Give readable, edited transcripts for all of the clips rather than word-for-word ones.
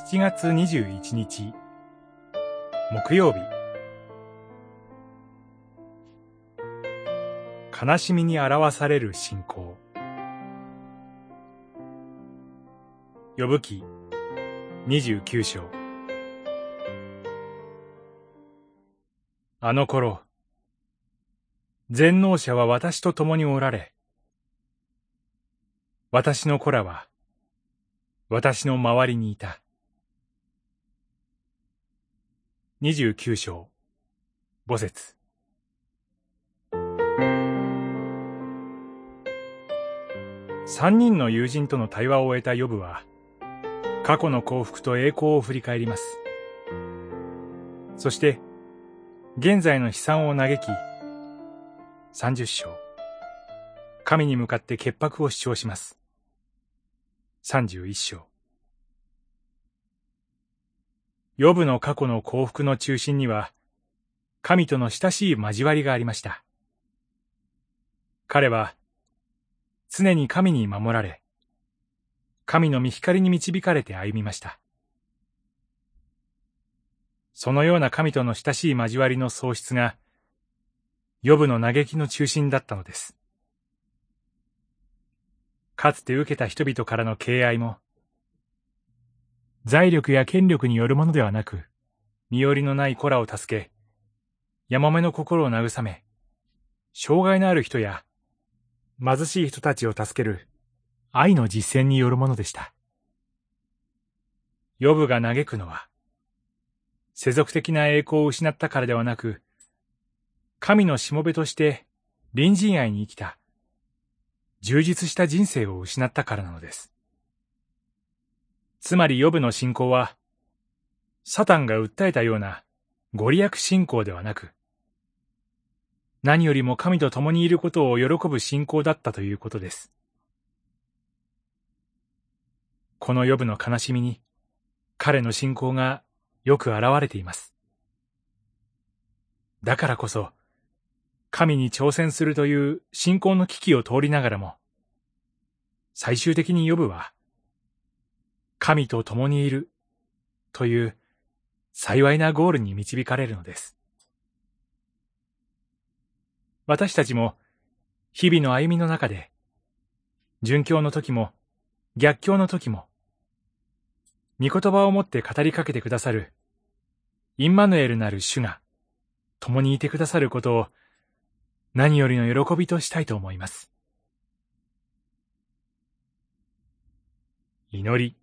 7月21日木曜日。悲しみに表される信仰。ヨブ記29章。あの頃、全能者は私と共におられ、私の子らは私の周りにいた。29章5節。三人の友人との対話を終えたヨブは、過去の幸福と栄光を振り返ります。そして、現在の悲惨を嘆き、30章、神に向かって潔白を主張します。31章。ヨブの過去の幸福の中心には、神との親しい交わりがありました。彼は、常に神に守られ、神の御光に導かれて歩みました。そのような神との親しい交わりの喪失が、ヨブの嘆きの中心だったのです。かつて受けた人々からの敬愛も、財力や権力によるものではなく、身寄りのない子らを助け、やもめの心を慰め、障害のある人や貧しい人たちを助ける愛の実践によるものでした。ヨブが嘆くのは、世俗的な栄光を失ったからではなく、神のしもべとして隣人愛に生きた、充実した人生を失ったからなのです。つまりヨブの信仰は、サタンが訴えたようなご利益信仰ではなく、何よりも神と共にいることを喜ぶ信仰だったということです。このヨブの悲しみに、彼の信仰がよく表れています。だからこそ、神に挑戦するという信仰の危機を通りながらも、最終的にヨブは、神と共にいるという幸いなゴールに導かれるのです。私たちも日々の歩みの中で、順境の時も逆境の時も、御言葉をもって語りかけてくださるインマヌエルなる主が共にいてくださることを何よりの喜びとしたいと思います。祈り。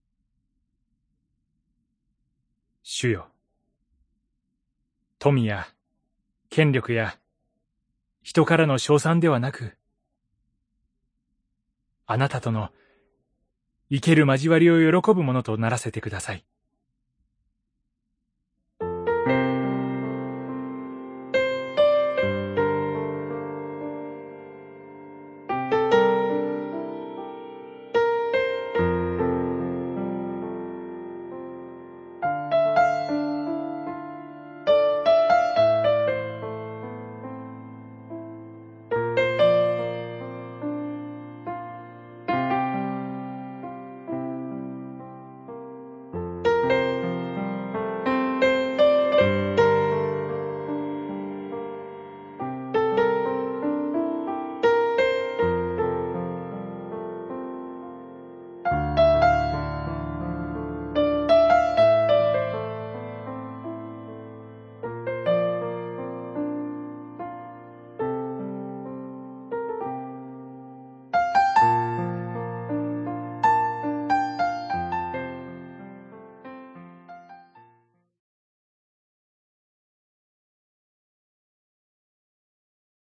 主よ、富や権力や人からの称賛ではなく、あなたとの生ける交わりを喜ぶものとならせてください。